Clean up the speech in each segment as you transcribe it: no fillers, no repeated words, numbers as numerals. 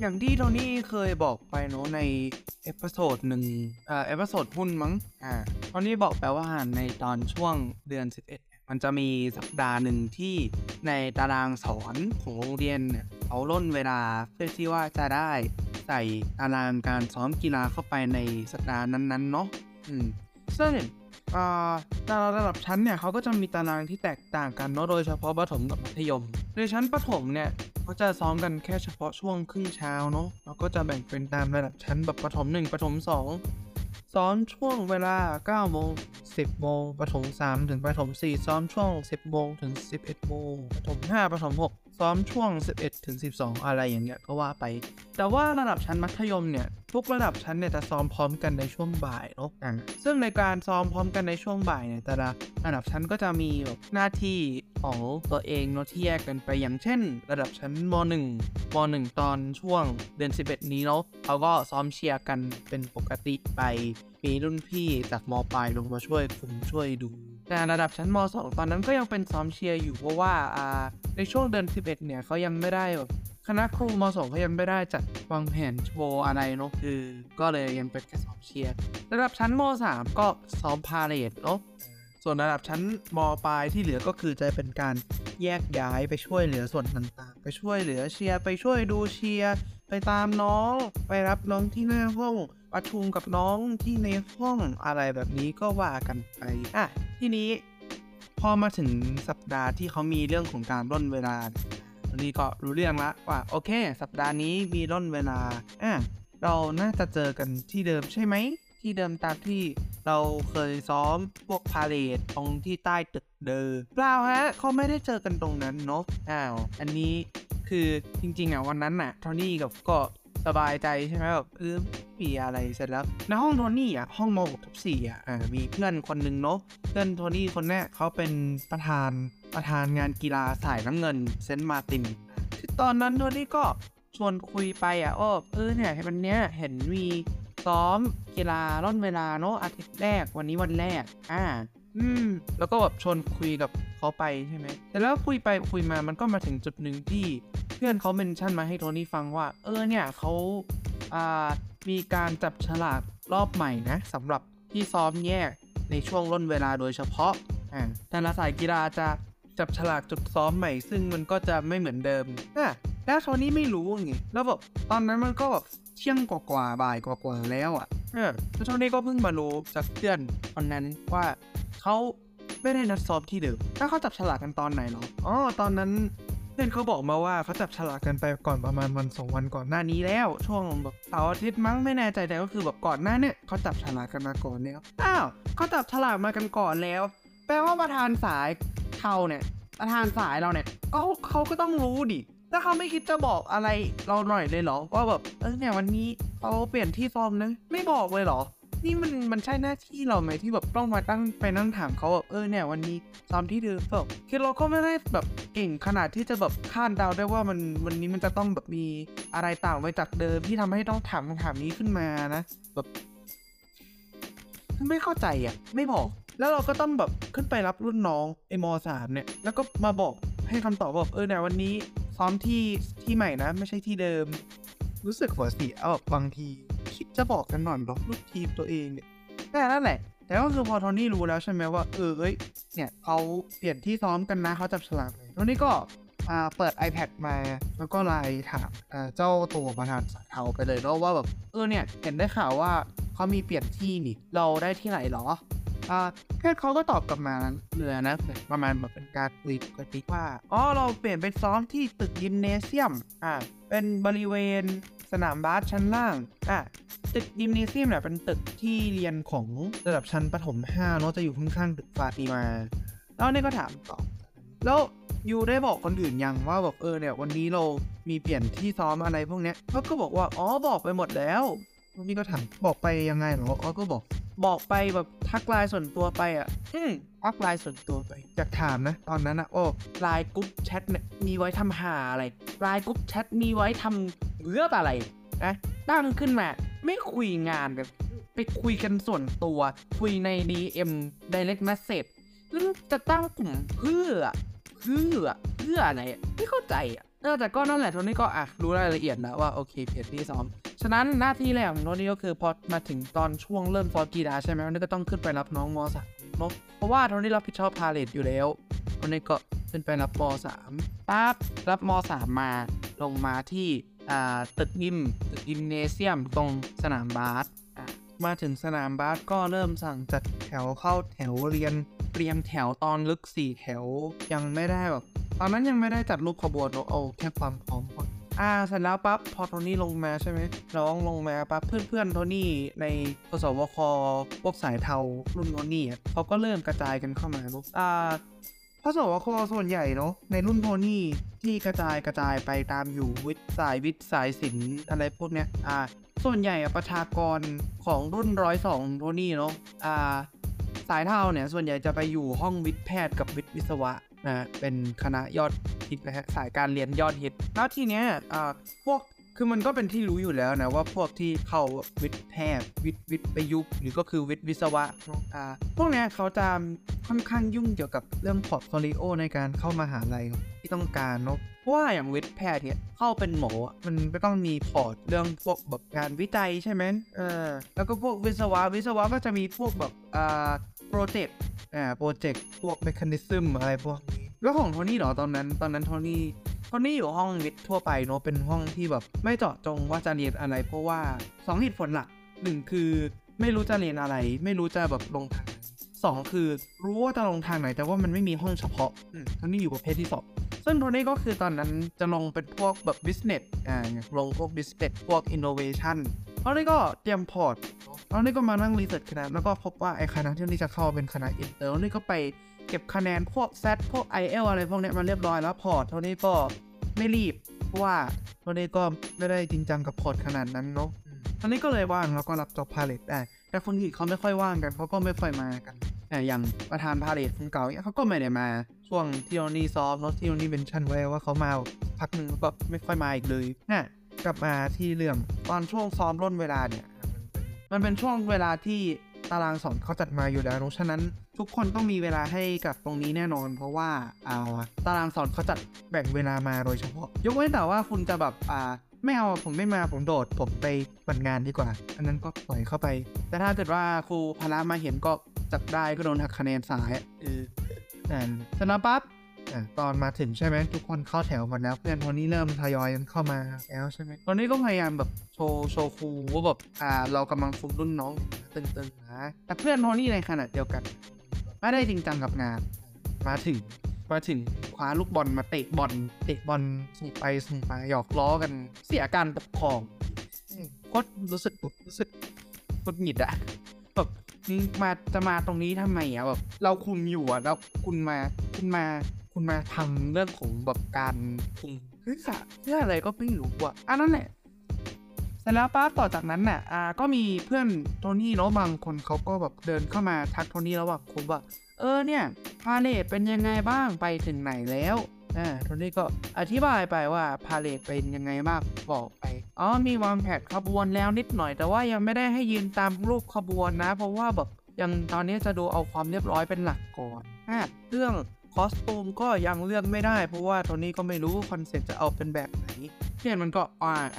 อย่างที่โทนี่เคยบอกไปเนาะในเอพิโซดหนึ่งเอพิโซดหุ้นมั้งโทนี่บอกไปว่าในตอนช่วงเดือน11มันจะมีสัปดาห์หนึ่งที่ในตารางสอนของโรงเรียนเนี่ยเขาล่นเวลาเพื่อที่ว่าจะได้ใส่ตารางการซ้อมกีฬาเข้าไปในสัปดาห์นั้นๆเนาะซึ่งแต่ละระดับชั้นเนี่ยเขาก็จะมีตารางที่แตกต่างกันเนาะโดยเฉพาะประถมกับมัธยมในชั้นประถมเนี่ยเขาจะซ้อมกันแค่เฉพาะช่วงครึ่งเช้าเนาะแล้วก็จะแบ่งเป็นตามระดับชั้นแบบประถม1ประถม2ซ้อมช่วงเวลา 9 โมง 10 โมงประถม3ถึงประถม4ซ้อมช่วง 10 โมงถึง 11 โมงประถม5ประถม6ซ้อมช่วง 11 ถึง 12อะไรอย่างเงี้ยก็ว่าไปแต่ว่าระดับชั้นมัธยมเนี่ยทุกระดับชั้นเนี่ยจะซ้อมพร้อมกันในช่วงบ่ายเนาะซึ่งในการซ้อมพร้อมกันในช่วงบ่ายเนี่ยแต่ละระดับชั้นก็จะมีแบบหน้าที่ของตัวเองเนาะที่แยกกันไปอย่างเช่นระดับชั้นม.1 ตอนช่วงเดือน11นี้เนาะเขาก็ซ้อมเชียร์กันเป็นปกติไปมีรุ่นพี่จากม.ปลายลงมาช่วยคุมช่วยดูแต่ระดับชั้นม.2 ตอนนั้นก็ยังเป็นซ้อมเชียร์อยู่เพราะว่าในช่วงเดือน11เนี่ยเขายังไม่ได้แบบคณะครูม.2 เขายังไม่ได้จัดวางแผนโชว์อะไรเนาะก็เลยยังเป็นแค่ซ้อมเชียร์ระดับชั้นม.3 ก็ซ้อมพาเหรดเนาะส่วนระดับชั้นม.ปลายที่เหลือก็คือจะเป็นการแยกย้ายไปช่วยเหลือส่วนต่างๆไปช่วยเหลือเชียร์ไปช่วยดูเชียร์ไปตามน้องไปรับน้องที่หน้าห้องประชุมกับน้องที่ในห้องอะไรแบบนี้ก็ว่ากันไปทีนี้พอมาถึงสัปดาห์ที่เขามีเรื่องของการร่นเวลาตอนนี้ก็รู้เรื่องละว่าโอเคสัปดาห์นี้มีร่นเวลาเราน่าจะเจอกันที่เดิมใช่ไหมที่เดิมตามที่เราเคยซ้อมพวกพาเลทตรงที่ใต้ตึกเดิมเปล่าฮะเขาไม่ได้เจอกันตรงนั้นเนาะอันนี้คือจริงๆวันนั้นน่ะโทนี่กับก็สบายใจใช่ไหมแบบมีอะไรเสร็จแล้วในห้องโทนี่ห้องม.6/4มีเพื่อนคนนึงเนาะเพื่อนโทนี่คนนี้เขาเป็นประธานงานกีฬาสายน้ำเงินเซนต์มาร์ตินตอนนั้นโทนี่ก็ชวนคุยไปเนี่ยวันเนี้ยเห็นมีซ้อมกีฬาร่อนเวลาเนาะอาทิตย์แรกวันนี้วันแรกแล้วก็แบบชวนคุยกับเขาไปใช่ไหมแต่แล้วคุยไปคุยมามันก็มาถึงจุดหนึ่งที่เพื่อนเขาเมนชั่นมาให้โทนี่ฟังว่าเนี่ยเขามีการจับฉลากรอบใหม่นะสำหรับที่ซ้อมแยกในช่วงร่นเวลาโดยเฉพาะแต่ละสายกีฬาจะจับฉลากจุดซ้อมใหม่ซึ่งมันก็จะไม่เหมือนเดิมแล้วโทนี่ไม่รู้ไงแล้วแบบตอนนั้นมันก็แบบเที่ยงกว่าบ่ายกว่าแล้วแล้วโทนี่ก็เพิ่งมารู้จากเพื่อนคนนั้นว่าเขาไม่ได้นัดซ้อมที่เดิมถ้าเขาจับฉลากกันตอนไหนหรอตอนนั้นเพื่อนเขาบอกมาว่าเขาจับฉลากกันไปก่อนประมาณวัน2 วันก่อนหน้านี้แล้วช่วงแบบเสาร์อาทิตย์มั้งไม่แน่ใจแต่ก็คือแบบก่อนหน้าเนี่ยเขาจับฉลากกันมาก่อนแล้วเขาจับฉลากมากันก่อนแล้วแปลว่าประธานสายประธานสายเราเนี่ยเขาก็ต้องรู้ดิถ้าเขาไม่คิดจะบอกอะไรเราหน่อยเลยเหรอว่าแบบเนี่ยวันนี้เขาเปลี่ยนที่ซ้อมนะไม่บอกเลยเหรอนี่มันใช่หน้าที่เราไหมที่แบบต้องมาไปนั่งถามเขาแบบเนี่ยวันนี้ซ้อมที่เดิมแบบคือเราก็ไม่ได้แบบเก่งขนาดที่จะแบบคาดเดาได้ว่าวันนี้มันจะต้องแบบมีอะไรต่างไปจากเดิมที่ทำให้ต้องถามคำถามนี้ขึ้นมานะแบบไม่เข้าใจไม่บอกแล้วเราก็ต้องแบบขึ้นไปรับรุ่นน้องม.3 เนี่ยแล้วก็มาบอกให้คำตอบว่าเนี่ยวันนี้ซ้อมที่ใหม่นะไม่ใช่ที่เดิมรู้สึกหัวเสียบางทีคิดจะบอกกันหน่อยหรอลูกทีมตัวเองเนี่ยแต่นั่นแหละแต่ก็คือพอโทนี่รู้แล้วใช่ไหมว่าเนี่ยเขาเปลี่ยนที่ซ้อมกันนะเขาจับฉลากเลยโทนี่ก็เปิด iPad มาแล้วก็ไลน์ถามเจ้าตัวประธานสายเทาไปเลยเนาะว่าแบบเนี่ยเห็นได้ข่าวว่าเขามีเปลี่ยนที่นี่เราได้ที่ไหนหรอเพื่อนเขาก็ตอบกลับมาเลยนะประมาณแบบเป็นการคุยปกติว่าเราเปลี่ยนไปซ้อมที่ตึกยิมเนเซียมเป็นบริเวณสนามบาสชั้นล่างตึกยิมเนเซียมเนี่ยเป็นตึกที่เรียนของระดับชั้นประถม5เนาะจะอยู่ข้างๆตึกฟาติมาแล้วนี่ก็ถามต่อแล้วยูได้บอกคนอื่นยังว่าแบบเนี่ยวันนี้เรามีเปลี่ยนที่ซ้อมอะไรพวกเนี้ยเขาก็บอกว่าบอกไปหมดแล้วนี่ก็ถามบอกไปยังไงเหรอก็บอกไปแบบทักไลน์ส่วนตัวไปทักไลน์ส่วนตัวไปอยากถามนะตอนนั้นไลน์กรุ๊ปแชทเนี่ยมีไว้ทำหาอะไรไลน์กรุ๊ปแชทมีไว้ทำเรื่องอะไรนะตั้งขึ้นมาไม่คุยงานกันไปคุยกันส่วนตัวคุยใน DM Direct Message แล้วจะตั้งกลุ่มเพื่ออะไรไม่เข้าใจแต่ก็นั่นแหละโทนี่ก็รู้รายละเอียดนะว่าโอเคเพจที่ซ้อมฉะนั้นหน้าที่แรกของโทนี่ก็คือพอมาถึงตอนช่วงเริ่มซ้อมกีฬาใช่ไหมโทนี่ก็ต้องขึ้นไปรับน้องม.3 เนาะเพราะว่าโทนี่รับผิดชอบพาเลทอยู่แล้วโทนี่ก็ขึ้นไปรับม.3 ปั๊บรับม.3 มาลงมาที่ตึกยิมเนเซียมตรงสนามบาสมาถึงสนามบาสก็เริ่มสั่งจัดแถวเข้าแถวเรียงแถวตอนลึก4แถวยังไม่ได้แบบตอนนั้นยังไม่ได้จัดรูปขบวนเอาแค่ความพร้อมก่อนเสร็จแล้วปั๊บพอโทนี่ลงมาใช่ไหมน้องลงมาปั๊บเพื่อนโทนี่ในกสวคพวกสายเทารุ่นโทนี่เขาก็เริ่มกระจายกันเข้ามาพสวคส่วนใหญ่เนาะในรุ่นโทนี่ที่กระจายไปตามอยู่วิทย์สายศิลป์อะไรพวกเนี้ยส่วนใหญ่ประชากรของรุ่น102โทนี่เนาะสายเทาเนี่ยส่วนใหญ่จะไปอยู่ห้องวิทย์แพทย์กับวิศวะเป็นคณะยอดฮิตนะฮะสายการเรียนยอดฮิตแล้วทีเนี้ยพวกคือมันก็เป็นที่รู้อยู่แล้วนะว่าพวกที่เข้าวิทย์แพทย์วิทย์ประยุกต์หรือก็คือวิศวะพวกเนี้ยเขาจะค่อนข้างยุ่งเกี่ยวกับเรื่องพอร์ตโฟลิโอในการเข้ามหาลัยที่ต้องการเนาะเพราะว่าอย่างวิทย์แพทย์เนี่ยเข้าเป็นหมอมันก็ต้องมีพอร์ตเรื่องพวกแบบงานวิจัยใช่ไหมแล้วก็พวกวิศวะก็จะมีพวกแบบโปรเจกต์พวกเมคานิซึมอะไรพวกนี้แล้วของโทนี่เหรอตอนนั้นโทนี่อยู่ห้องวิทย์ทั่วไปเนาะเป็นห้องที่แบบไม่เจาะจงว่าจะเรียนอะไรเพราะว่า2เหตุผลหลัก1คือไม่รู้จะเรียนอะไรไม่รู้จะแบบลงทาง2คือรู้ว่าจะลงทางไหนแต่ว่ามันไม่มีห้องเฉพาะโทนี่อยู่ประเภทที่2ซึ่งโทนี่ก็คือตอนนั้นจะลงเป็นพวกแบบ business ลงพวก business พวก innovation โทนี่ก็เตรียมพอร์ตโทนี่ก็มานั่งรีเสิร์ชคณะแล้วก็พบว่าไอ้คณะที่โทนี่จะเข้าเป็นคณะอินเตอร์โทนี่ก็ไปเก็บคะแนนพวก SAT พวก IELTS อะไรพวกนี้มาเรียบร้อยแล้วพอร์ตโทนี่ก็ไม่รีบเพราะว่าโทนี่ก็ไม่ได้จริงจังกับพอร์ตขนาดนั้นเนาะโทนี่ก็เลยว่างแล้วก็รับจอบพาเลทได้แต่คนอื่นเขาไม่ค่อยว่างกันเขาก็ไม่ค่อยมากันอย่างประธานพาเลทคนเก่าเนี่ยเขาก็ไม่ได้มาช่วงที่โทนี่ซ้อมเนาะที่โทนี่เมนชั่นไว้ว่าเขามาพักหนึ่งแล้วก็ไม่ค่อยมาอีกเลยกลับมาที่เรื่องตอนช่วงซ้อมร่นเวลาเนี่ยมันเป็นช่วงเวลาที่ตารางสอนเขาจัดมาอยู่แล้วฉะนั้นทุกคนต้องมีเวลาให้กับตรงนี้แน่นอนเพราะว่าตารางสอนเขาจัดแบ่งเวลามาโดยเฉพาะยกเว้นแต่ว่าคุณจะแบบไม่เอาผมไม่มาผมโดดผมไปปั่นงานดีกว่าอันนั้นก็ปล่อยเข้าไปแต่ถ้าเกิดว่าครูพละมาเห็นก็จับได้ก็โดนหักคะแนนสายฉะนั้นปั๊บตอนมาถึงใช่ไหมทุกคนเข้าแถวหมดแล้วเพื่อนโทนี่เริ่มทยอยกันเข้ามาแล้วใช่ไหมตอนนี้ก็พยายามแบบโชว์ครูว่าแบบเรากำลังฝึกรุ่นน้องตึงๆนะแต่เพื่อนโทนี่ในขณะเดียวกันไม่ได้จริงจังกับงานมาถึงคว้าลูกบอลมาเตะบอลส่งไปหยอกล้อกันเสียการปกครองก็รู้สึกกดหงิดอะแบบจะมาตรงนี้ทำไมอะแบบเราคุมอยู่อะแล้วคุณมาทำเรื่องของแบบการคุมเรื่องอะไรก็ไม่รู้อะนั่นแหละเสร็จแล้วปั๊บต่อจากนั้นน่ะก็มีเพื่อนโทนี่เนาะบางคนเขาก็แบบเดินเข้ามาทักโทนี่แล้วว่าคุมว่าเนี่ยพาเลทเป็นยังไงบ้างไปถึงไหนแล้วโทนี่ก็อธิบายไปว่าพาเลทเป็นยังไงบ้างบอกไปมีวางแผนขบวนแล้วนิดหน่อยแต่ว่ายังไม่ได้ให้ยืนตามรูปขบวนนะเพราะว่าแบบยังตอนนี้จะดูเอาความเรียบร้อยเป็นหลักก่อนเรื่องคอสตูมก็ยังเลือกไม่ได้เพราะว่าโทนี่ก็ไม่รู้คอนเซ็ปต์จะเอาเป็นแบบไหนเนี่ยมันก็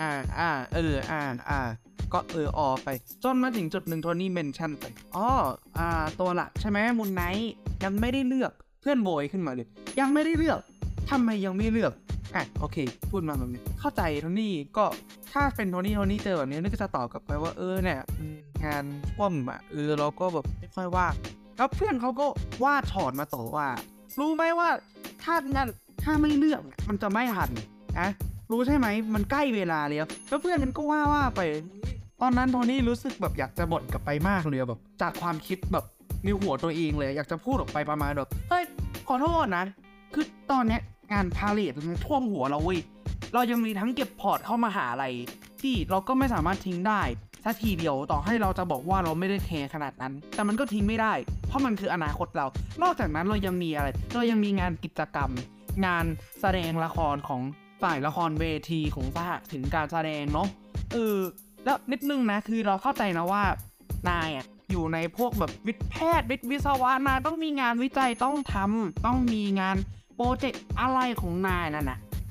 ก็ไปจนมาถึงจุดหนึ่งโทนี่เมนชั่นไปตัวหลักใช่ไหมมูนไนท์ยังไม่ได้เลือกเพื่อนโวยขึ้นมาเลยยังไม่ได้เลือกทำไมยังไม่เลือกโอเคพูดมาแบบนี้เข้าใจโทนี่ก็ถ้าเป็นโทนี่เจอแบบนี้นึกจะตอบกลับไปว่าเนี่ยงานท่วมเราก็แบบไม่ค่อยว่างแล้วเพื่อนเขาก็ว่าถอดมาต่อว่ารู้ไหมว่าถ้าไม่เลือกมันจะไม่ทันรู้ใช่ไหมมันใกล้เวลาแล้วเพื่อนมันก็ว่าไปตอนนั้นโทนี่รู้สึกแบบอยากจะบ่นกลับไปมากเลยแบบจากความคิดแบบในหัวตัวเองเลยอยากจะพูดออกไปประมาณแบบเฮ้ยขอโทษนะคือตอนเนี้ยงานพาเลทมันท่วมหัวเราเว้ยเรายังมีทั้งเก็บพอร์ตเข้ามาหาอะไรที่เราก็ไม่สามารถทิ้งได้สักทีเดียวต่อให้เราจะบอกว่าเราไม่ได้แคร์ขนาดนั้นแต่มันก็ทิ้งไม่ได้เพราะมันคืออนาคตเรานอกจากนั้นเรายังมีอะไรเรายังมีงานกิจกรรมงานแสดงละครของฝ่ายละครเวทีของสหถึงการแสดงเนาะแล้วนิดนึงนะคือเราเข้าใจนะว่านายอยู่ในพวกแบบวิทย์แพทย์วิศวะนายต้องมีงานวิจัยต้องทำต้องมีงานโปรเจกต์อะไรของนายนั่นนะ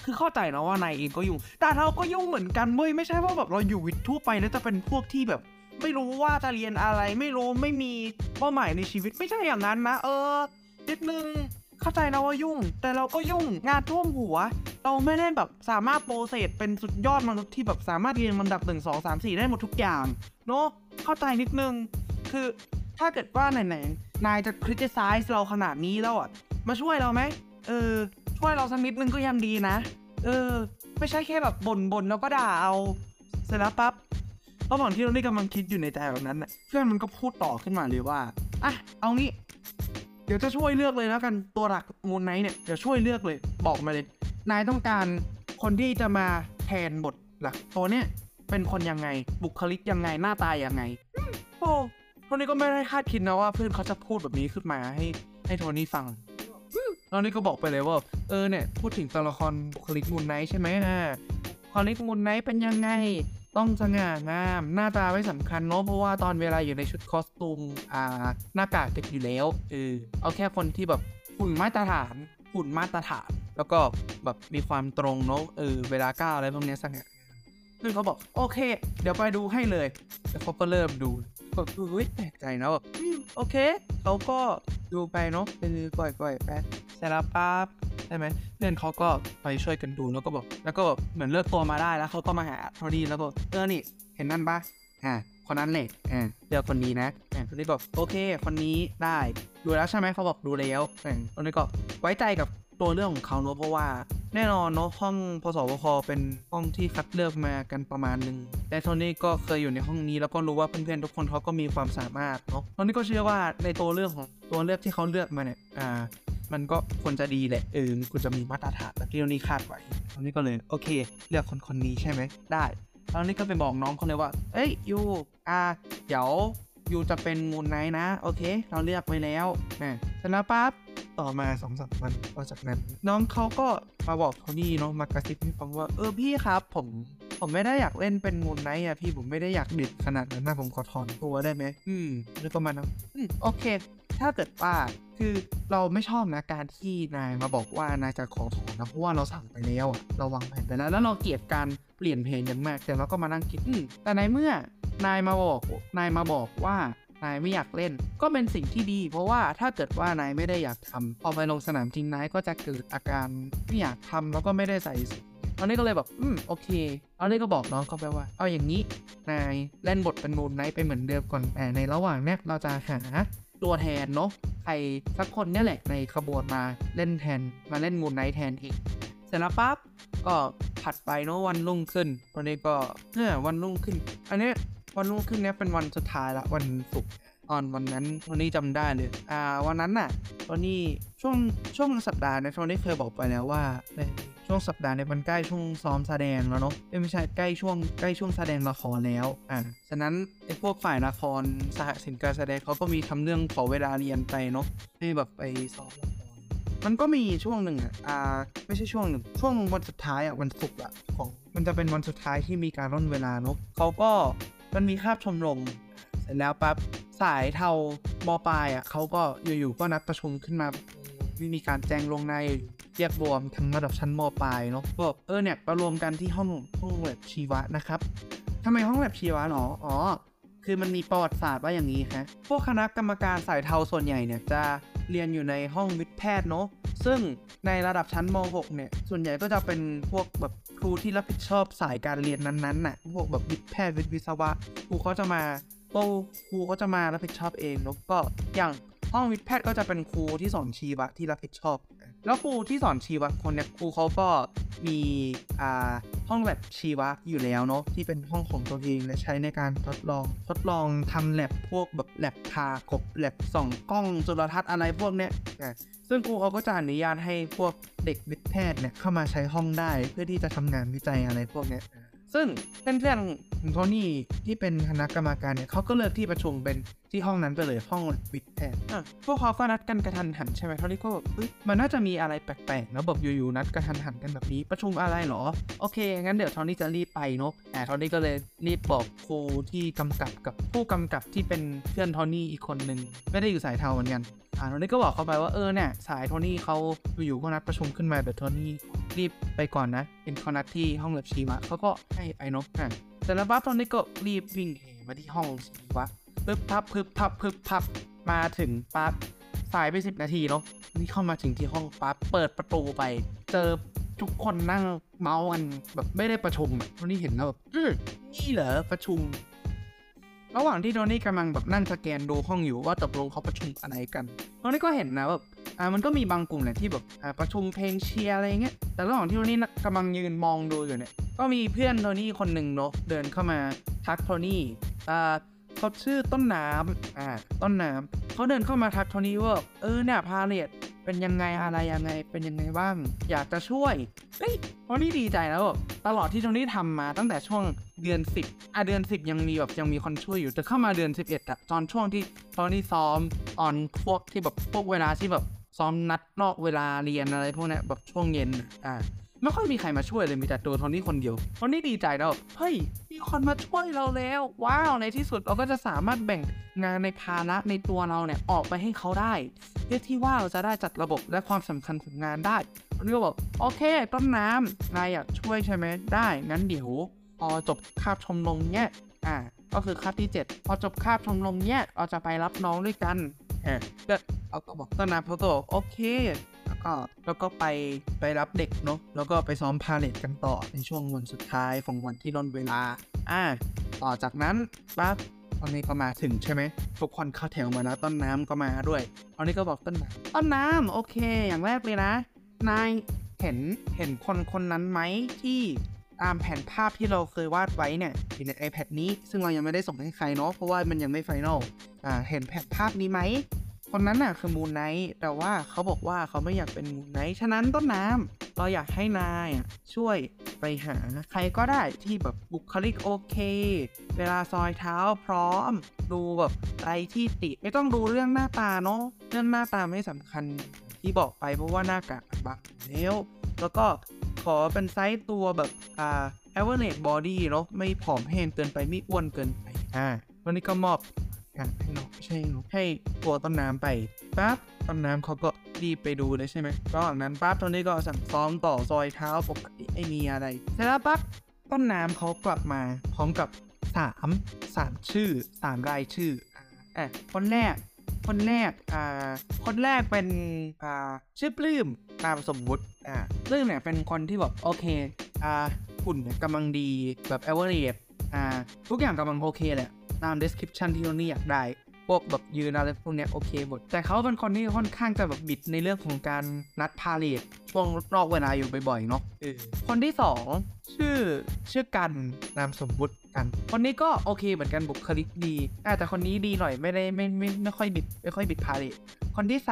คือเข้าใจนะว่านายเองก็ยุ่งแต่เราก็ยุ่งเหมือนกันเว้ยไม่ใช่ว่าแบบเราอยู่วิทย์ทั่วไปแล้วจะเป็นพวกที่แบบไม่รู้ว่าจะเรียนอะไรไม่รู้ไม่มีเป้าหมายในชีวิตไม่ใช่อย่างนั้นนะนิดนึงเข้าใจนะว่ายุ่งแต่เราก็ยุ่งงานท่วมหัวเราไม่ได้แบบสามารถโปรเซสเป็นสุดยอดมนุษย์ที่แบบสามารถเรียนลำดับ1 2 3 4ได้หมดทุกอย่างเนาะเข้าใจนิดนึงคือถ้าเกิดว่าไหนนายจะ criticize เราขนาดนี้แล้วมาช่วยเราไหมช่วยเราสักนิดนึงก็ยังดีนะไม่ใช่แค่แบบบ่นแล้วก็ด่าเอาเสร็จแล้วปั๊บระหว่างที่เราได้กำลังคิดอยู่ในใจแบบนั้นน่ะเพื่อนมันก็พูดต่อขึ้นมาเลยว่าเอางี้เดี๋ยวจะช่วยเลือกเลยแล้วกันตัวหลักมูนไนท์เนี่ยเดี๋ยวช่วยเลือกเลยบอกมาเลยนายต้องการคนที่จะมาแทนบทหลักตัวเนี้ยเป็นคนยังไงบุคลิกยังไงหน้าตายังไงโอ้โทนี่ก็ไม่ได้คาดคิดนะว่าเพื่อนเขาจะพูดแบบนี้ขึ้นมาให้โทนี่ฟังโทนี่ก็บอกไปเลยว่าเนี่ยพูดถึงตัวละครบุคลิกมูนไนท์ใช่ไหมบุคลิกมูนไนท์เป็นยังไงต้องสง่างามหน้าตาไม่สำคัญเนาะเพราะว่าตอนเวลาอยู่ในชุดคอสตูมหน้ากากติดอยู่แล้วเอาแค่คนที่แบบหุ่นมาตรฐานแล้วก็แบบมีความตรงเนาะเวลาก้าวอะไรพวกนี้สง่างามซึ่งเขาบอกโอเคเดี๋ยวไปดูให้เลยแล้วเขาก็เริ่มดูก็แปลกใจนะแบบโอเคเขาก็ดูไปเนาะไปปล่อยไปเสร็จแล้วปั๊บใช่ไหมเพื่อนเขาก็ไปช่วยกันดูแล้วก็บอกเหมือนเลือกตัวมาได้แล้วเขาก็มาหาโทนี่แล้วก็นี่เห็นนั่นปะคนนั้นเลยเลือกคนนี้นะโทนี่ก็โอเคคนนี้ได้ดูแล้วใช่ไหมเขาบอกดูแล้วโทนี่ก็ไว้ใจกับตัวเรื่องของเขาเนอะเพราะว่าแน่นอนเนาะห้องพสวพเป็นห้องที่คัดเลือกมากันประมาณนึงแต่โทนี่ก็เคยอยู่ในห้องนี้แล้วก็รู้ว่าเพื่อนๆทุกคนเขาก็มีความสามารถเนาะโทนี่ก็เชื่อว่าในตัวเลือกที่เขาเลือกมาเนี่ยมันก็ควรจะดีแหละควรจะมีมาตรฐานแบบที่โทนี่คาดไว้โทนี่ก็เลยโอเคเลือกคนนี้ใช่ไหมได้แล้วนี่ก็ไปบอกน้องเขาเลยว่ายูเดี๋ยวยูจะเป็นมูนไนท์นะโอเคเราเลือกไว้แล้วเสร็จแล้วปั๊บต่อมา 2-3 วันต่อจากนั้นน้องเขาก็มาบอกโทนี่เนาะมากระซิบให้ฟังว่าพี่ครับผมไม่ได้อยากเล่นเป็นมูนไนท์พี่ผมไม่ได้อยากดิดขนาดนั้นนะผมขอถอนตัวได้ไหมหรือประมาณนั้นโอเคถ้าเกิดว่าคือเราไม่ชอบนะการที่นายมาบอกว่านายจะขอถอนนะเพราะว่าเราสั่งไปแล้วเราวางแผนไปแล้วเราเกลียดการเปลี่ยนแผนอย่างมากแต่เราก็มานั่งคิดแต่ในเมื่อนายมาบอกว่านายไม่อยากเล่นก็เป็นสิ่งที่ดีเพราะว่าถ้าเกิดว่านายไม่ได้อยากทำพอไปลงสนามจริงนายก็จะเกิดอาการไม่อยากทำแล้วก็ไม่ได้ใส่ตอนนี้ก็เลยแบบโอเคตอนนี้ก็บอกน้องเขาไปว่าเอาอย่างนี้นายเล่นบทเป็นมูนไนท์ไปเหมือนเดิมก่อนแต่ในระหว่างนี้เราจะหาตัวแทนเนาะใครสักคนนี่แหละในขบวนมาเล่นมูนไนท์แทนอีกเสร็จแล้วปั๊บก็ผัดไปเนาะวันรุ่งขึ้นตอนนี้ก็วันรุ่งขึ้นอันนี้วันรุ่งขึ้นเนี่ยเป็นวันสุดท้ายละวันศุกร์วันนั้นโทนี่จำได้เลยวันนั้นน่ะโทนี่ช่วงสัปดาห์เนี่ยโทนี่เคยบอกไปแล้วว่าในช่วงสัปดาห์เนี่ยมันใกล้ช่วงซ้อมแสดงแล้วเนาะไม่ใช่ใกล้ช่วงแสดงละครแล้วฉะนั้นไอ้พวกฝ่ายละครสหศิลป์การแสดงเขาก็มีทำเรื่องขอเวลาเรียนไปเนาะให้แบบไปซ้อมละครมันก็มีช่วงหนึ่งไม่ใช่ช่วงหนึ่งช่วงวันสุดท้ายวันศุกร์ของมันจะเป็นวันสุดท้ายที่มีการร่นเวลาเนาะเขาก็มันมีคาบชมรมเสร็จแล้วปั๊บสายเทามปลายเขาก็อยู่ๆก็นัดประชุมขึ้นมามีการแจ้งลงในเรียกรวมทั้งระดับชั้นมปลายเนาะบอกเนี่ยมารวมกันที่ห้องแลบชีวะนะครับทำไมห้องแลบชีวะหรอคือมันมีประวัติศาสตร์ว่าอย่างนี้ครับพวกคณะกรรมการสายเทาส่วนใหญ่เนี่ยจะเรียนอยู่ในห้องวิทย์แพทย์เนาะซึ่งในระดับชั้นม.6 เนี่ยส่วนใหญ่ก็จะเป็นพวกแบบครูที่รับผิดชอบสายการเรียนนั้นๆน่ะพวกแบบวิทย์แพทย์วิศวะครูเขาจะมารับผิดชอบเองแล้วก็อย่างห้องวิทย์แพทย์ก็จะเป็นครูที่สอนชีวะที่รับผิดชอบแล้วครูที่สอนชีวะคนเนี่ยครูเขาก็มีห้องแลบชีวะอยู่แล้วเนาะที่เป็นห้องของตัวเองและใช้ในการทดลองทำแลบพวกแบบแลบทากบแลบส่องกล้องจุลทรรศน์อะไรพวกเนี้ยซึ่งครูเขาก็จะอนุญาตให้พวกเด็กวิทย์แพทย์เนี่ยเข้ามาใช้ห้องได้เพื่อที่จะทำงานวิจัยอะไรพวกเนี้ยซึ่งเพื่อนๆโทนี่ที่เป็นคณะกรรมการเนี่ยเขาก็เลือกที่ประชุมเป็นที่ห้องนั้นไปเลยห้องวิทย์แพทย์พวกเขาก็นัดกันกระทันหันใช่ไหมโทนี่ก็แบบมันน่าจะมีอะไรแปลกๆแล้วแบบอยู่ๆนัดกระทันหันกันแบบนี้ประชุมอะไรหรอโอเคงั้นเดี๋ยวโทนี่จะรีบไปเนาะโทนี่ก็เลยรีบบอกครูที่กำกับกับผู้กำกับที่เป็นเพื่อนโทนี่อีกคนนึงไม่ได้อยู่สายเทาเหมือนกันโทนี่ก็บอกเขาไปว่าเนี่ยสายโทนี่เขาอยู่ก็นัดประชุมขึ้นมาแต่โทนี่รีบไปก่อนนะเป็นเขานัดที่ห้องแลบชีวะเขาก็ให้ไปเนาะแต่แล้วปั๊บโทนี่ก็รีบวิ่งมาที่ห้องชีวะปึ๊บพับมาถึงปั๊บสายไป10 นาทีเนาะนี่เข้ามาถึงที่ห้องปั๊บเปิดประตูไปเจอทุกคนนั่งเมาส์กันแบบไม่ได้ประชุมโทนี่เห็นแล้วแบบนี่เหรอประชุมระหว่างที่โทนี่กำลังแบบนั่งสแกนดูห้องอยู่ว่าตกลงเขาประชุมอะไรกันโทนี่ก็เห็นนะแบบมันก็มีบางกลุ่มแหละที่แบบประชุมเพลงเชียร์อะไรเงี้ยแต่ระหว่างที่โทนี่กำลังยืนมองดูอยู่เนี่ยก็มีเพื่อนโทนี่คนหนึ่งเนาะเดินเข้ามาทักโทนี่เขาชื่อต้นน้ำต้นน้ำเขาเดินเข้ามาทักโทนี่ว่าเนี่ยพาเลทเป็นยังไงอะไรยังไงเป็นยังไงบ้างอยากจะช่วยโทนี่ดีใจแล้วตลอดที่โทนี่ทำมาตั้งแต่ช่วงเดือน10เดือน10ยังมีคนช่วยอยู่แต่เข้ามาเดือน11ตอนช่วงที่โทนี่ซ้อมตอนพวกที่แบบพวกเวลาที่แบบซ้อมนัดนอกเวลาเรียนอะไรพวกนี้แบบช่วงเย็นไม่ค่อยมีใครมาช่วยเลยมีแต่ตัวโทนี่คนเดียวโทนี่ดีใจแล้วเฮ้ยมีคนมาช่วยเราแล้วว้าวในที่สุดเราก็จะสามารถแบ่งงานในภาระในตัวเราเนี่ยออกไปให้เขาได้เพื่อที่ว่าเราจะได้จัดระบบและความสำคัญของงานได้โทนี่ก็บอกโอเคต้นน้ำนายอยากช่วยใช่ไหมได้งั้นเดี๋ยวพอจบคาบชมรมเนี่ยก็คือคาบที่7พอจบคาบชมรมเนี่ยเราจะไปรับน้องด้วยกันก็เอาก็บอกต้นน้ำเขาก็บอกโอเคแล้วก็ไปรับเด็กเนาะแล้วก็ไปซ้อมพาเลทกันต่อในช่วงวันสุดท้ายของวันที่ล่นเวลาต่อจากนั้นปั๊บตอนนี้ก็มาถึงใช่ไหมทุกคนเข้าแถวมาแล้วต้นน้ำก็มาด้วยตอนนี้ก็บอกต้นน้ำโอเคอย่างแรกเลยนะนายเห็นคนนั้นไหมที่ตามแผนภาพที่เราเคยวาดไว้เนี่ยใน iPad นี้ซึ่งเรายังไม่ได้ส่งให้ใครเนาะเพราะว่ามันยังไม่ไฟนอลเห็นแผนภาพนี้ไหมคนนั้นน่ะคือมูนไนท์แต่ว่าเขาบอกว่าเขาไม่อยากเป็นมูนไนท์ฉะนั้นต้นน้ำเราอยากให้นายช่วยไปหาใครก็ได้ที่แบบบุคลิกโอเคเวลาซอยเท้าพร้อมดูแบบอะไรที่ติไม่ต้องดูเรื่องหน้าตาเนาะเรื่องหน้าตาไม่สำคัญที่บอกไปเพราะว่าหน้ากากบังแล้วก็ขอเป็นไซส์ตัวแบบaverage body เนาะไม่ผอมแห้งเกินไปไม่อ้วนเกินไปวันนี้ก็มอบให้น้องไม่ใช่ให้ตัวต้นน้ำไปปั๊บต้นน้ำเขาก็รีบไปดูเลยใช่ไหมระหว่างนั้นปั๊บตอนนี้ก็สั่งซ้อมต่อซอยเท้าปกติไม่มีอะไรเสร็จแล้วปั๊บต้นน้ำเขากลับมาพร้อมกับ3ชื่อ3รายชื่อคนแรกเป็นชื่อปลื้มนามสมมุติปลื้มเนี่ยเป็นคนที่แบบโอเคหุ่นเนี่ยกำลังดีแบบ average ทุกอย่างกำลังโอเคแหละตาม description ที่เราอยากได้พวกแบบยืนอะไรพวกเนี้ยโอเคหมดแต่เขาเป็นคนที่ค่อนข้างจะแบบบิดในเรื่องของการนัดพาเลทช่วงนอกเวลาอยู่บ่อยๆเนาะคนที่2ชื่อกันนามสมมุติกันคนนี้ก็โอเคเหมือนกันบุคลิกดีแต่คนนี้ดีหน่อยไม่ค่อยบิดพาเลทคนที่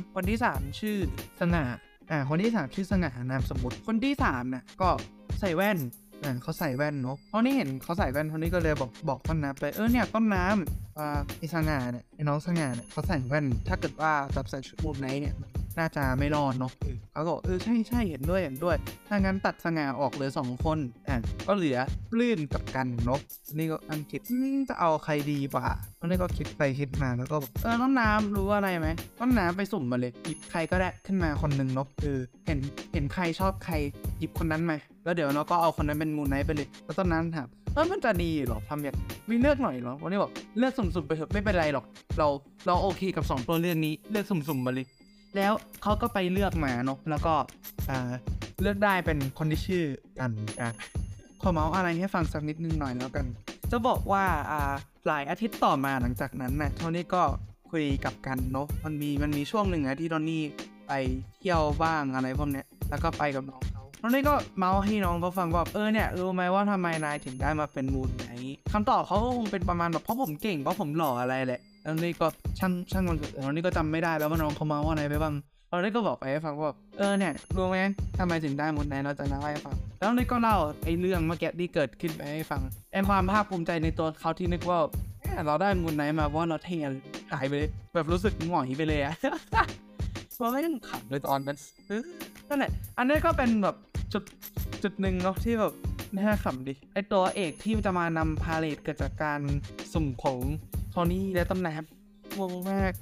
3ชื่อสง่าคนที่3ชื่อสง่านามสมมุติคนที่3น่ะก็ใส่แว่นเขาใส่แว่นเนาะเพราะนี่เห็นเขาใส่แว่นเขานี่ก็เลยบอกต้นน้ำไปเนี่ยต้นน้ำไอ้สง่าเนี่ยไอ้น้องสง่าเนี่ยเขาใส่แว่นถ้าเกิดว่าจับใส่ชุดมุมไหนเนี่ยน่าจะไม่รอดเนาะเขาก็ใช่เห็นด้วยถ้างั้นตัดสง่าออกเหลือ2คนก็เหลือปลื้มกับกันเนาะนี่ก็อังกฤษจะเอาใครดีป่ะตอนนี้ก็คิดไปคิดมาแล้วก็ต้นน้ำรู้อะไรไหมต้นน้ำไปสุ่มมาเลยหยิบใครก็ได้ขึ้นมาคนหนึ่งเนาะเห็นใครชอบใครหยิบคนนั้นมาแล้วเดี๋ยวเราก็เอาคนนั้นเป็นมูนไนท์ไปเลยแล้วต้นน้ำถามมันจะดีหรอทำอย่างวิเลือกหน่อยหรอวันนี้บอกเลือกสุ่มๆไปเถอะไม่เป็นไรหรอกเราโอเคกับ2ตัวเลือกนี้เลือกสุ่มๆมาเลยแล้วเขาก็ไปเลือกมาเนาะแล้วก็เลือกได้เป็นคนที่ชื่อกันขอเมาส์อะไรให้ฟังสักนิดนึงหน่อยแล้วกันจะบอกว่าหลายอาทิตย์ต่อมาหลังจากนั้นนะโทนี่ก็คุยกับกันเนาะมันมีช่วงหนึ่งนะที่โทนี่ไปเที่ยวบ้างอะไรพวกเนี้ยแล้วก็ไปกับน้องตอนนี้ก็เมาให้น้องเขาฟังว่าเนี่ยรู้ไหมว่าทำไมนายถึงได้มาเป็นมูนไนท์คำตอบเขาคงเป็นประมาณแบบเพราะผมเก่งเพราะผมหล่ออะไรแหละแล้วนี่ก็ช่างมันตอนนี้ก็จำไม่ได้แล้วว่าน้องเขาเมาว่าอะไรไปบ้างตอนนี้ก็บอกไปให้ฟังว่าเนี่ยรู้ไหมทำไมถึงได้มูนไนท์เราจะเล่าให้ฟังแล้วนี่ก็เล่าไอ้เรื่องเมื่อกี้ที่เกิดขึ้นไปให้ฟังความภาคภูมิใจในตัวเขาที่นึกว่าเราได้มูนไนท์มาเพราะเราเท่หายไปเลยแบบรู้สึกหงอยไปเลยอะเราไม่ต้องขำเลยตอนนั้นนั่นแหละอันนี้ก็เป็นแบบจุดหนึ่งเนาะที่แบบน่าขำดิไอตัวเอกที่จะมานำพาเลทเกิดจากการสุ่มของโทนี่และต้นน้ำงงมาก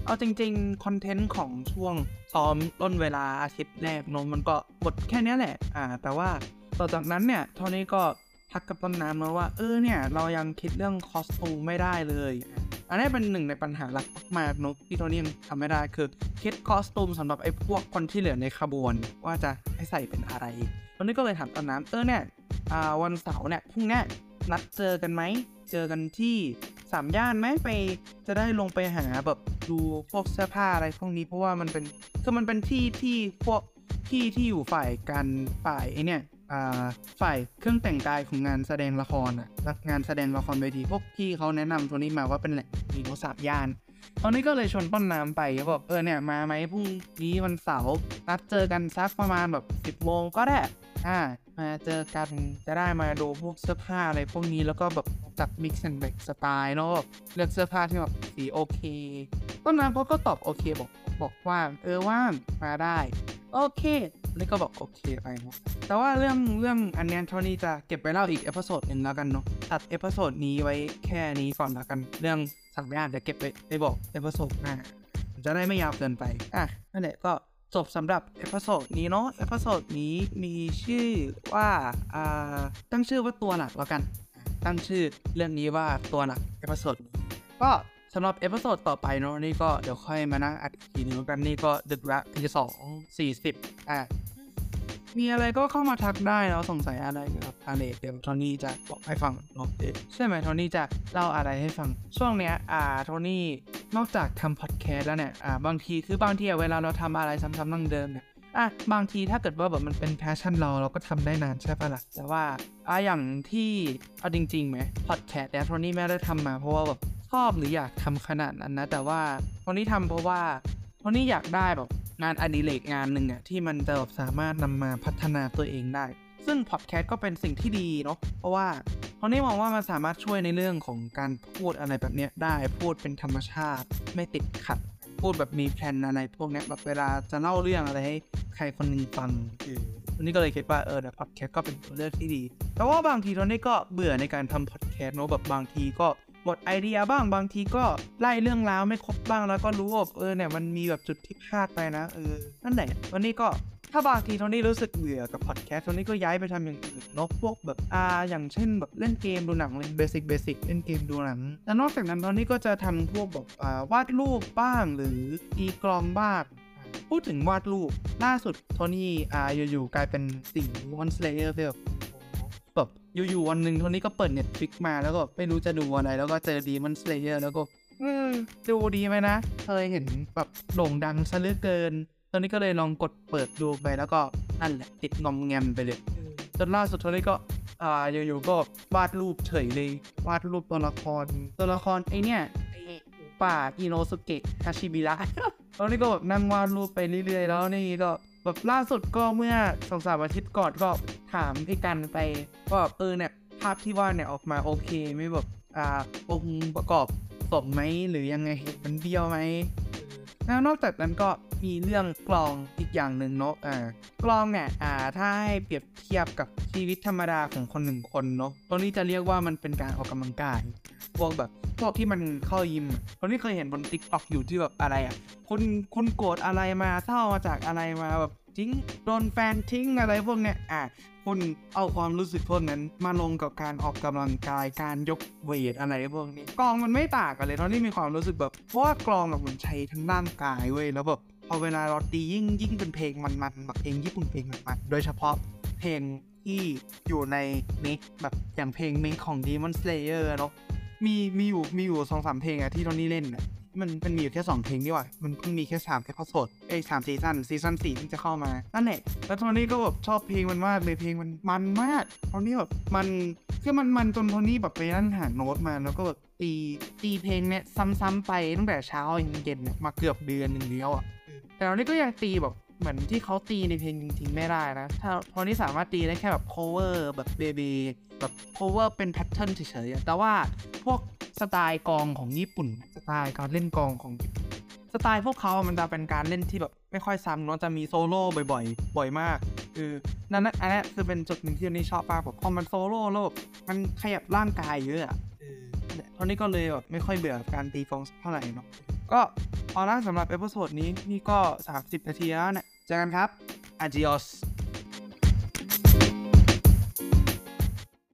เอาจริงๆคอนเทนต์ของช่วงซ้อมต้นเวลาอาทิตย์แรกเนาะมันก็หมดแค่นี้แหละแต่ว่าต่อจากนั้นเนี่ยโทนี่ก็ทักกับต้นน้ำมาว่าเนี่ยเรายังคิดเรื่องคอสตูมไม่ได้เลยอันนี้เป็นหนึ่งในปัญหาหลักมากๆเนาะที่โทนี่ยังทำไม่ได้คือคิดคอสตูมสำหรับไอ้พวกคนที่เหลือในขบวนว่าจะให้ใส่เป็นอะไรโทนี่ก็เลยถามต้นน้ำเนี่ยวันเสาร์เนี่ยพรุ่งนี้นัดเจอกันไหมเจอกันที่3 ย่านไหมไปจะได้ลงไปหาแบบดูพวกเสื้อผ้าอะไรพวกนี้เพราะว่ามันเป็นที่พวกที่อยู่ฝ่ายเนี่ยฝ่ายเครื่องแต่งกายของงานแสดงละครงานแสดงละครเวทีพวกที่เขาแนะนำตัวนี้มาว่าเป็นแหล่งมีโนสามย่านตอนนี้ก็เลยชวนต้นน้ำไปบอกเนี่ยมาไหมพรุ่งนี้วันเสาร์นัดเจอกันสักประมาณแบบ10 โมงก็ได้มาเจอกันจะได้มาดูพวกเสื้อผ้าอะไรพวกนี้แล้วก็แบบจับ mix and match สไตล์เนาะเลือกเสื้อผ้าที่แบบสีโอเคต้นน้ำเขาก็ตอบโอเคบอกว่าว่างมาได้โอเคแล้วก็บอกโอเคไปเนาะแต่ว่าเรื่องอันนี้โทนี่จะเก็บไว้เล่าอีกเอพิโซดนึงแล้วกันเนาะตัดเอพิโซดนี้ไว้แค่นี้ก่อนแล้วกันเรื่องสังญาณจะเก็บไปบอกเอพิโซดหน้าจะได้ไม่ยาวเกินไปนั่นแหละก็จบสำหรับเอพิโซดนี้เนาะเอพิโซดนี้มีชื่อว่าตั้งชื่อว่าตัวหลักแล้วกันตั้งชื่อเรื่องนี้ว่าตัวหลักเอพิโซดก็สำหรับเอพิโซดต่อไปเนาะนี่ก็เดี๋ยวค่อยมานั่งอัดอีกทีนึงกันนี่ก็ดึกละ2:40มีอะไรก็เข้ามาทักได้แล้วสงสัยอะไรกับทางเดี๋ยวโทนี่จะบอกให้ฟังเนาะใช่ไหมโทนี่จะเล่าอะไรให้ฟังช่วงเนี้ยโทนี่นอกจากทำพอดแคสต์แล้วเนี่ยบางทีเวลาเราทำอะไรซ้ำๆเดิมๆเนี่ยบางทีถ้าเกิดว่าแบบมันเป็นแพชชั่นเราก็ทำได้นานใช่ปะล่ะแต่ว่าอย่างที่เอาจริงๆไหมพอดแคสต์เนี่ยโทนี่ไม่ได้ทำมาเพราะว่าแบบชอบหรืออยากทำขนาดนั้นนะแต่ว่าโทนี่ทำเพราะว่าโทนี่อยากได้แบบงานอดิเรกงานหนึ่งที่มันจะสามารถนำมาพัฒนาตัวเองได้ซึ่งพอดแคสต์ก็เป็นสิ่งที่ดีเนาะเพราะว่าโทนี่มองว่ามันสามารถช่วยในเรื่องของการพูดอะไรแบบนี้ได้พูดเป็นธรรมชาติไม่ติดขัดพูดแบบมีแพลนอะไรพวกนี้แบบเวลาจะเล่าเรื่องอะไรให้ใครคนนึงฟังวันนี้ก็เลยคิดว่าแต่พอดแคสต์ก็เป็นตัวเลือกที่ดีแต่ว่าบางทีโทนี่ก็เบื่อในการทำพอดแคสต์เนาะแบบบางทีก็หมดไอเดียบ้างบางทีก็ไล่เรื่องราวไม่ครบบ้างแล้วก็รู้ว่าเนี่ยมันมีแบบจุดที่พลาดไปนะนั่นแหละวันนี้ก็ถ้าบางทีโทนี่รู้สึกเบื่อกับพอดแคสต์โทนี่ก็ย้ายไปทำอย่างอื่นเนาะพวกแบบอย่างเช่นแบบเล่นเกมดูหนังเล่นเบสิกเล่นเกมดูหนังแต่นอกจากนั้นโทนี่ก็จะทำพวกแบบวาดรูปบ้างหรือตีกลองบ้างพูดถึงวาดรูปล่าสุดโทนี่อยู่ๆกลายเป็นสิ่งมอนสเลเยอร์แบบอยู่วันหนึ่งโทนี่ก็เปิด Netflix มาแล้วก็ไม่รู้จะดูอะไรแล้วก็เจอ Demon Slayer แล้วก็ดูดีไหมนะเคยเห็นแบบโด่งดังซะเหลือเกินตอนนี้ก็เลยลองกดเปิดดูไปแล้วก็นั่นแหละติดงอมแงมไปเลยจนล่าสุดโทนี่ก็อยู่ๆก็วาดรูปเฉยเลยวาดรูปตัวละครไอเนี่ยป่าอิโนสุเกะคาชิบิระตอนนี้ก็แบบนั่งวาดรูปไปเรื่อยๆแล้วนี่ก็แบบล่าสุดก็เมื่อ2-3 อาทิตย์ก่อนก็ถามพี่กันไปว่าเนี่ยภาพที่วาดเนี่ยออกมาโอเคไม่แบบองค์ประกอบสมไหมหรือยังไงมันเบี้ยวไหมแล้วนอกจากนั้นก็มีเรื่องกลองอีกอย่างหนึ่งเนาะกลองเนี่ยถ้าให้เปรียบเทียบกับชีวิตธรรมดาของคน1 คนเนาะตรงนี้จะเรียกว่ามันเป็นการออกกำลังกายพวกที่มันเข้ายิมคนที่เคยเห็นบน TikTok อยู่ที่แบบอะไรคุณโกรธอะไรมาเศร้ามาจากอะไรมาแบบทิ้งโดนแฟนทิ้งอะไรพวกเนี้ยคุณเอาความรู้สึกพวกนั้นมาลงกับการออกกำลังกายการยกเวทอะไรพวกนี้กลองมันไม่ต่างกันเลยเท่าที่มีความรู้สึกแบบเพราะว่ากลองแบบมันใช้ทั้งร่างกายเว้ยแล้วแบบพอเวลาเราตียิ่งเป็นเพลงมันแบบเพลงญี่ปุ่นเพลงมันโดยเฉพาะเพลงที่อยู่ในมิกแบบอย่างเพลงมิกของ Demon Slayer เนาะมีอยู่ 2-3 เพลงที่โทนี่เล่นมันมีอยู่แค่2 เพลงนี่หว่ามันเพิ่งมีแค่3 เอพิโซด3 ซีซั่น 4ที่จะเข้ามานั่นแหละแล้วโทนี่ก็แบบชอบเพลงมันมากเลยเพลงมันมากโทนี่แบบมันคือมันจนโทนี่แบบไปนั่งหาโน้ตมาแล้วก็แบบตีเพลงเนี้ยซ้ำๆไปตั้งแต่เช้าเย็นมาเกือบเดือนนึงแล้วแต่โทนี่ก็ยังตีแบบเหมือนที่เขาตีในเพลงจริงๆไม่ได้นะถ้าโทนี่สามารถตีได้แค่แบบ cover แบบเบบีแบบ cover เป็นแพทเทิร์นเฉยๆแต่ว่าพวกสไตล์กลองของญี่ปุ่นสไตล์การเล่นกลองของสไตล์พวกเขามันจะเป็นการเล่นที่แบบไม่ค่อยซ้ำเนาะจะมีโซโล่บ่อยมากนั่นอันนี้คือเป็นจุดหนึ่งที่นี่ชอบมากแบบพอมันโซโล่แล้วแบบมันขยับร่างกายเยอะตอนนี้ก็เลยแบบไม่ค่อยเบื่อการตีฟองเท่าไหร่เนาะก็พอละสำหรับเอพิโซดนี้นี่ก็30นาทีแล้วเนี่ยเจอกันครับ adios